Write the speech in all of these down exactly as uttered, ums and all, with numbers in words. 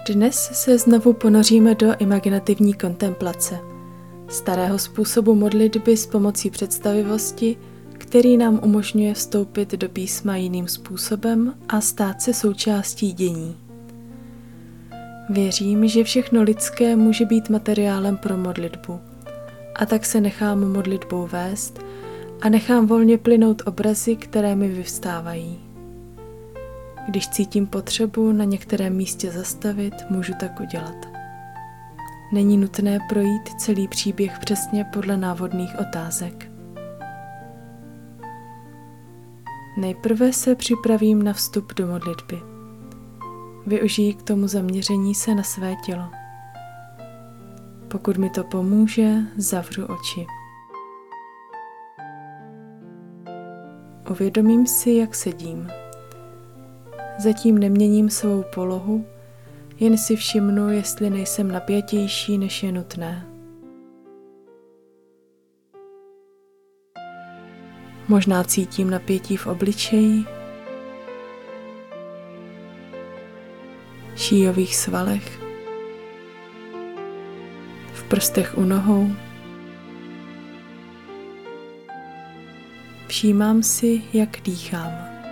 Dnes se znovu ponoříme do imaginativní kontemplace, starého způsobu modlitby s pomocí představivosti, který nám umožňuje vstoupit do písma jiným způsobem a stát se součástí dění. Věřím, že všechno lidské může být materiálem pro modlitbu, a tak se nechám modlitbou vést a nechám volně plynout obrazy, které mi vyvstávají. Když cítím potřebu na některém místě zastavit, můžu tak udělat. Není nutné projít celý příběh přesně podle návodných otázek. Nejprve se připravím na vstup do modlitby. Využiji k tomu zaměření se na své tělo. Pokud mi to pomůže, zavřu oči. Uvědomím si, jak sedím. Zatím neměním svou polohu, jen si všimnu, jestli nejsem napjatější, než je nutné. Možná cítím napětí v obličeji, šíjových svalech, v prstech u nohou. Všímám si, jak dýchám.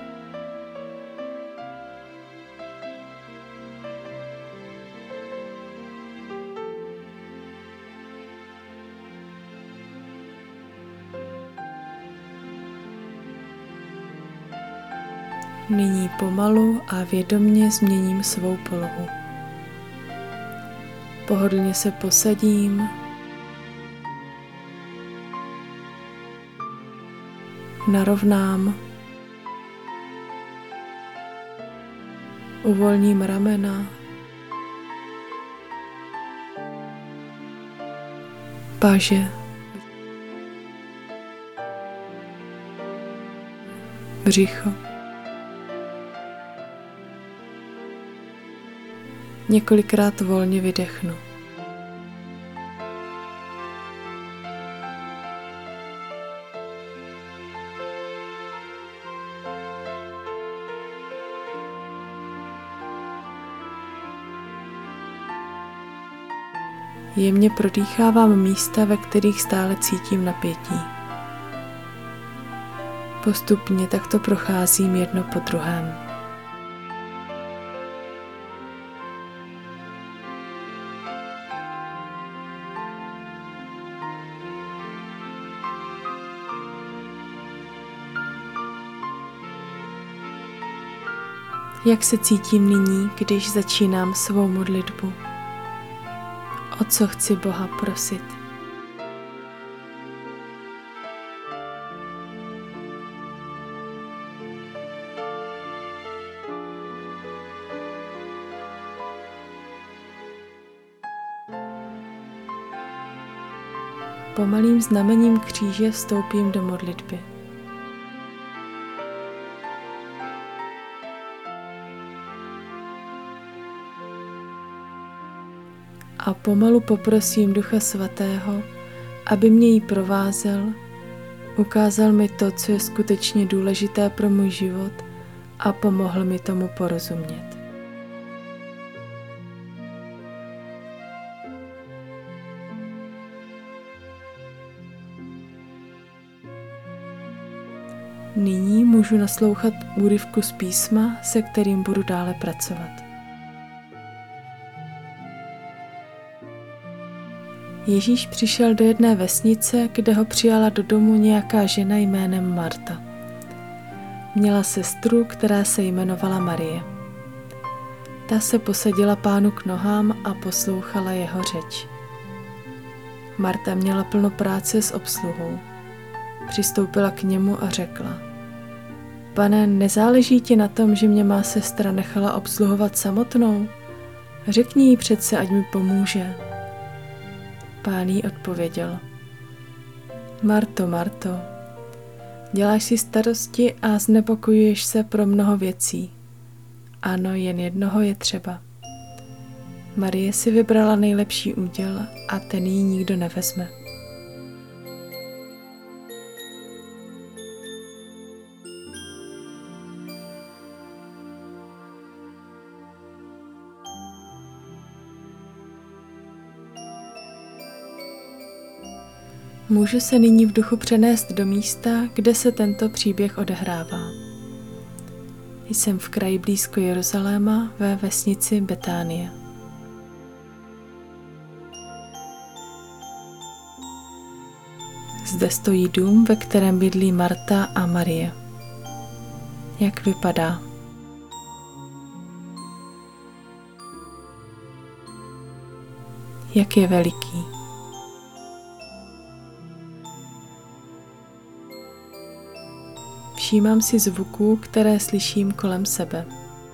Nyní pomalu a vědomně změním svou polohu. Pohodlně se posadím, narovnám, uvolním ramena, paže, břicho. Několikrát volně vydechnu. Jemně prodýchávám místa, ve kterých stále cítím napětí. Postupně takto procházím jedno po druhém. Jak se cítím nyní, když začínám svou modlitbu? O co chci Boha prosit? Pomalým znamením kříže vstoupím do modlitby. A pomalu poprosím Ducha Svatého, aby mě jí provázel, ukázal mi to, co je skutečně důležité pro můj život a pomohl mi tomu porozumět. Nyní můžu naslouchat úryvku z písma, se kterým budu dále pracovat. Ježíš přišel do jedné vesnice, kde ho přijala do domu nějaká žena jménem Marta. Měla sestru, která se jmenovala Marie. Ta se posadila Pánu k nohám a poslouchala jeho řeč. Marta měla plno práce s obsluhou. Přistoupila k němu a řekla: Pane, nezáleží ti na tom, že mě má sestra nechala obsluhovat samotnou? Řekni jí přece, ať mi pomůže. Pán jí odpověděl: Marto, Marto, děláš si starosti a znepokojuješ se pro mnoho věcí. Ano, jen jednoho je třeba. Marie si vybrala nejlepší úděl a ten jí nikdo nevezme. Můžu se nyní v duchu přenést do místa, kde se tento příběh odehrává. Jsem v kraji blízko Jeruzaléma ve vesnici Betánie. Zde stojí dům, ve kterém bydlí Marta a Marie. Jak vypadá? Jak je veliký? Všímám si zvuků, které slyším kolem sebe.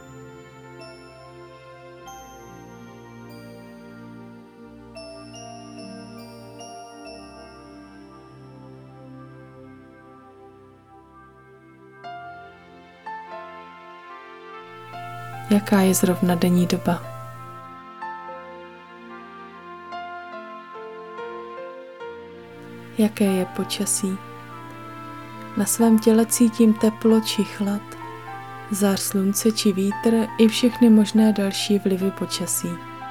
Jaká je zrovna denní doba? Jaké je počasí? Na svém těle cítím teplo či chlad, zář slunce či vítr i všechny možné další vlivy počasí.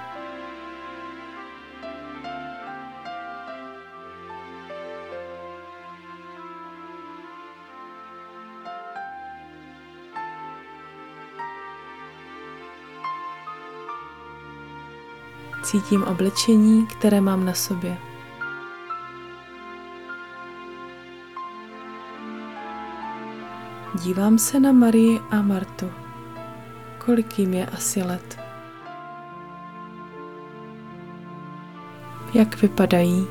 Cítím oblečení, které mám na sobě. Dívám se na Marii a Martu. Kolik jim je asi let? Jak vypadají?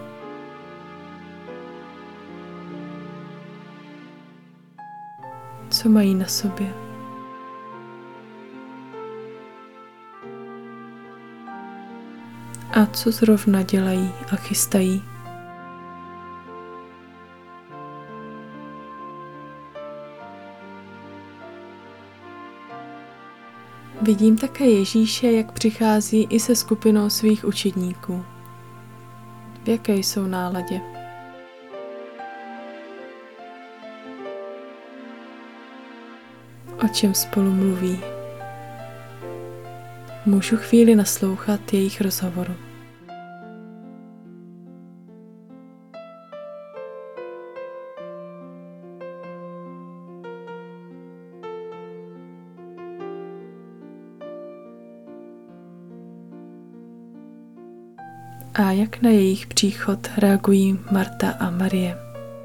Co mají na sobě? A co zrovna dělají a chystají? Vidím také Ježíše, jak přichází i se skupinou svých učedníků. V jaké jsou náladě? O čem spolu mluví? Můžu chvíli naslouchat jejich rozhovoru. A jak na jejich příchod reagují Marta a Marie?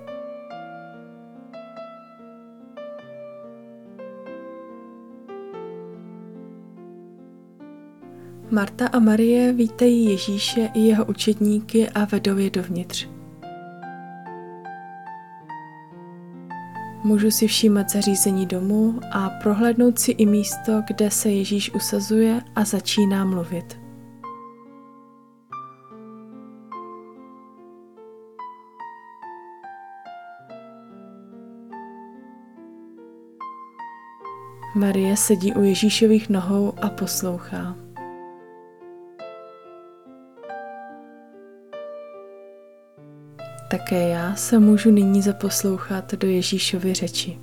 Marta a Marie vítají Ježíše i jeho učedníky a vedou je dovnitř. Můžu si všímat zařízení domu a prohlédnout si i místo, kde se Ježíš usazuje a začíná mluvit. Marie sedí u Ježíšových nohou a poslouchá. Také já se můžu nyní zaposlouchat do Ježíšovy řeči.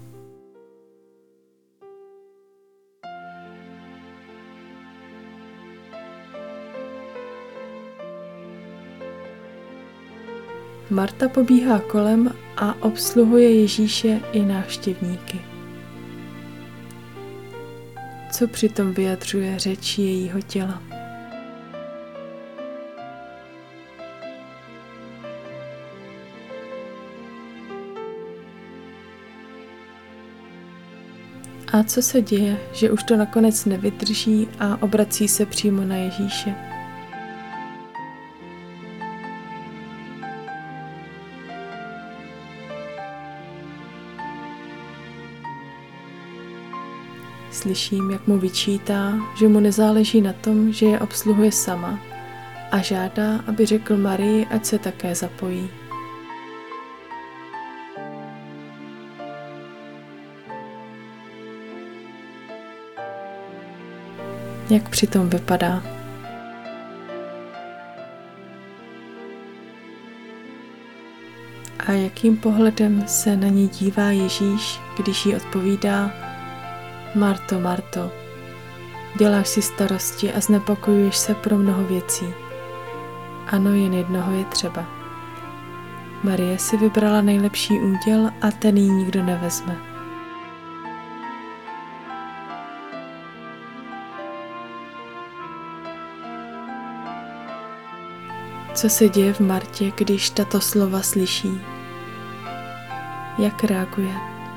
Marta pobíhá kolem a obsluhuje Ježíše i návštěvníky. Co přitom vyjadřuje řeč jejího těla? A co se děje, že už to nakonec nevydrží a obrací se přímo na Ježíše? Slyším, jak mu vyčítá, že mu nezáleží na tom, že je obsluhuje sama, a žádá, aby řekl Marii, ať se také zapojí. Jak přitom vypadá? A jakým pohledem se na ní dívá Ježíš, když jí odpovídá: Marto, Marto, děláš si starosti a znepokojuješ se pro mnoho věcí. Ano, jen jednoho je třeba. Marie si vybrala nejlepší úděl a ten jí nikdo nevezme. Co se děje v Martě, když tato slova slyší? Jak reaguje?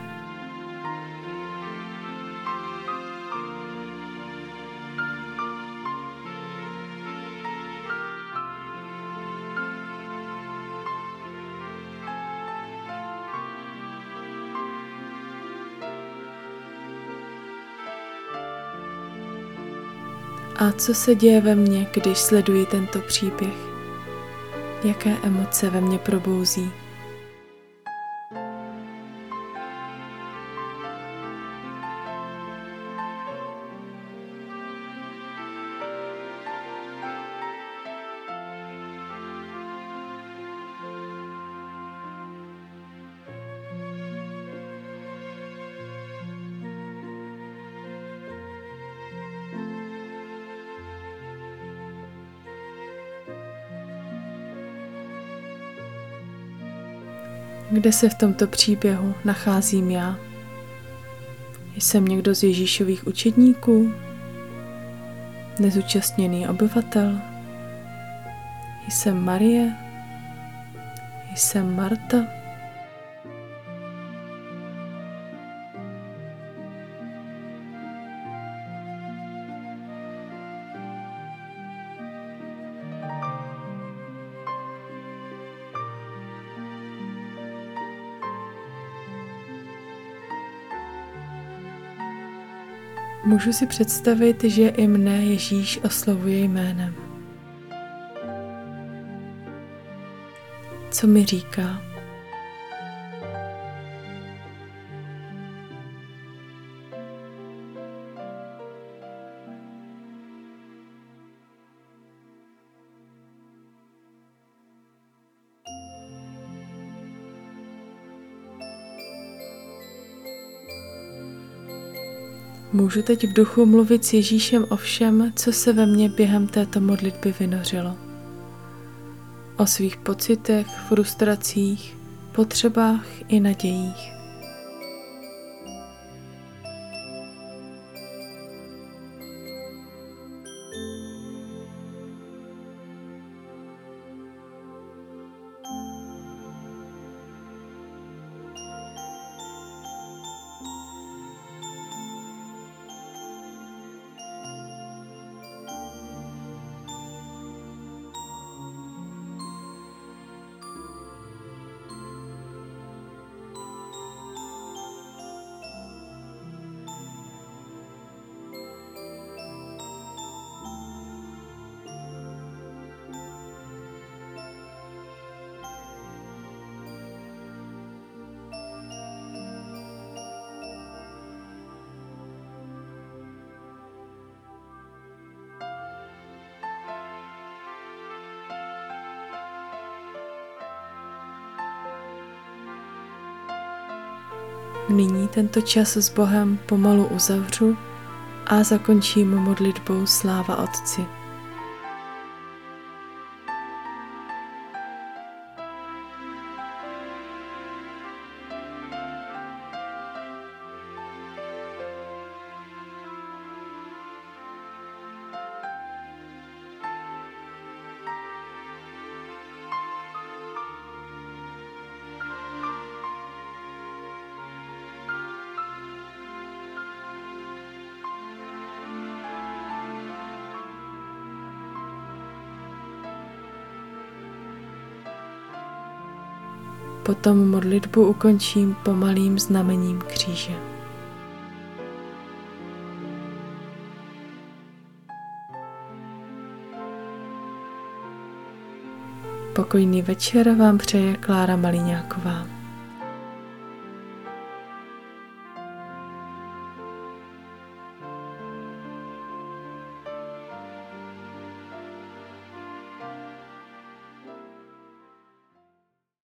A co se děje ve mně, když sleduji tento příběh? Jaké emoce ve mně probouzí? Kde se v tomto příběhu nacházím já? Jsem někdo z Ježíšových učedníků? Nezúčastněný obyvatel? Jsem Marie? Jsem Marta? Můžu si představit, že i mne Ježíš oslovuje jménem. Co mi říká? Můžu teď v duchu mluvit s Ježíšem o všem, co se ve mně během této modlitby vynořilo. O svých pocitech, frustracích, potřebách i nadějích. Nyní tento čas s Bohem pomalu uzavřu a zakončím modlitbou Sláva Otci. Potom modlitbu ukončím pomalým znamením kříže. Pokojný večer vám přeje Klára Maliňáková.